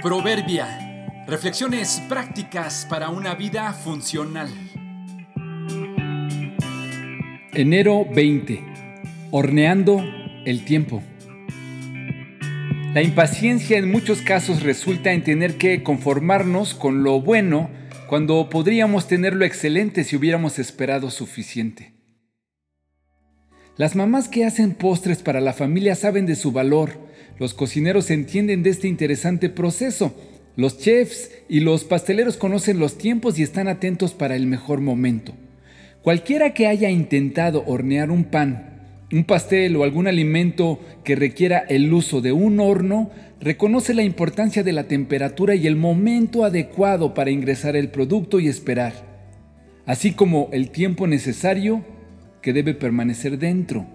Proverbia. Reflexiones prácticas para una vida funcional. Enero 20. Horneando el tiempo. La impaciencia en muchos casos resulta en tener que conformarnos con lo bueno cuando podríamos tener lo excelente si hubiéramos esperado suficiente. Las mamás que hacen postres para la familia saben de su valor. Los cocineros entienden de este interesante proceso. Los chefs y los pasteleros conocen los tiempos y están atentos para el mejor momento. Cualquiera que haya intentado hornear un pan, un pastel o algún alimento que requiera el uso de un horno, reconoce la importancia de la temperatura y el momento adecuado para ingresar el producto y esperar, así como el tiempo necesario que debe permanecer dentro.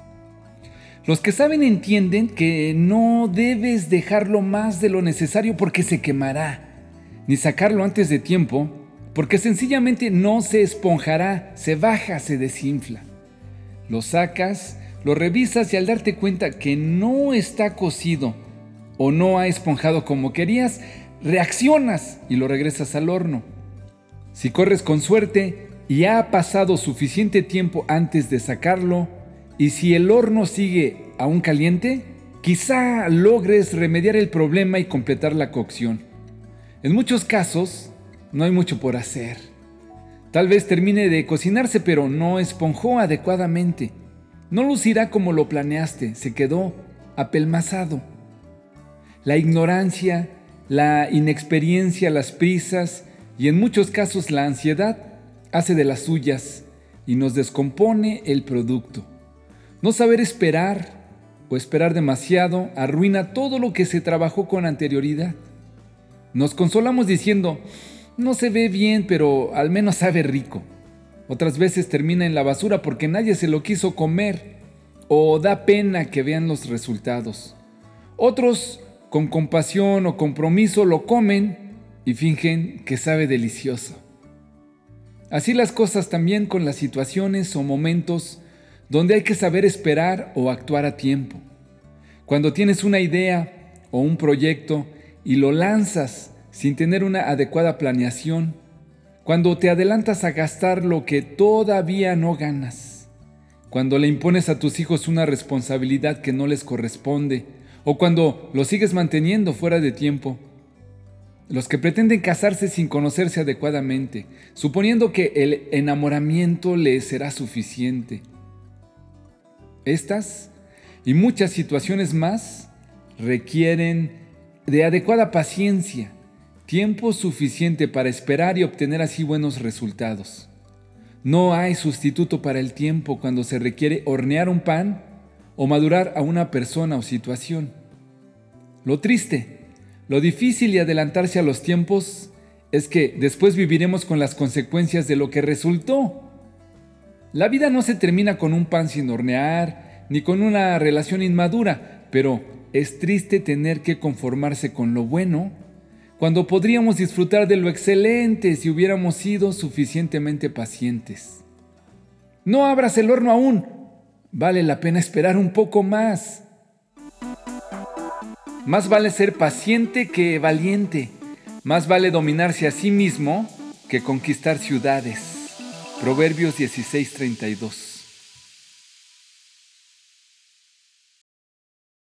Los que saben entienden que no debes dejarlo más de lo necesario porque se quemará, ni sacarlo antes de tiempo porque sencillamente no se esponjará, se baja, se desinfla. Lo sacas, lo revisas y al darte cuenta que no está cocido o no ha esponjado como querías, reaccionas y lo regresas al horno. Si corres con suerte y ha pasado suficiente tiempo antes de sacarlo, y si el horno sigue aún caliente, quizá logres remediar el problema y completar la cocción. En muchos casos, no hay mucho por hacer. Tal vez termine de cocinarse, pero no esponjó adecuadamente. No lucirá como lo planeaste, se quedó apelmazado. La ignorancia, la inexperiencia, las prisas y en muchos casos la ansiedad hace de las suyas y nos descompone el producto. No saber esperar o esperar demasiado arruina todo lo que se trabajó con anterioridad. Nos consolamos diciendo, no se ve bien, pero al menos sabe rico. Otras veces termina en la basura porque nadie se lo quiso comer o da pena que vean los resultados. Otros, con compasión o compromiso, lo comen y fingen que sabe delicioso. Así las cosas también con las situaciones o momentos donde hay que saber esperar o actuar a tiempo. Cuando tienes una idea o un proyecto y lo lanzas sin tener una adecuada planeación, cuando te adelantas a gastar lo que todavía no ganas, cuando le impones a tus hijos una responsabilidad que no les corresponde, o cuando lo sigues manteniendo fuera de tiempo. Los que pretenden casarse sin conocerse adecuadamente, suponiendo que el enamoramiento les será suficiente. Estas y muchas situaciones más requieren de adecuada paciencia, tiempo suficiente para esperar y obtener así buenos resultados. No hay sustituto para el tiempo cuando se requiere hornear un pan o madurar a una persona o situación. Lo triste, lo difícil y adelantarse a los tiempos es que después viviremos con las consecuencias de lo que resultó. La vida no se termina con un pan sin hornear, ni con una relación inmadura, pero es triste tener que conformarse con lo bueno cuando podríamos disfrutar de lo excelente si hubiéramos sido suficientemente pacientes. No abras el horno aún, vale la pena esperar un poco más. Más vale ser paciente que valiente, más vale dominarse a sí mismo que conquistar ciudades. Proverbios 16:32.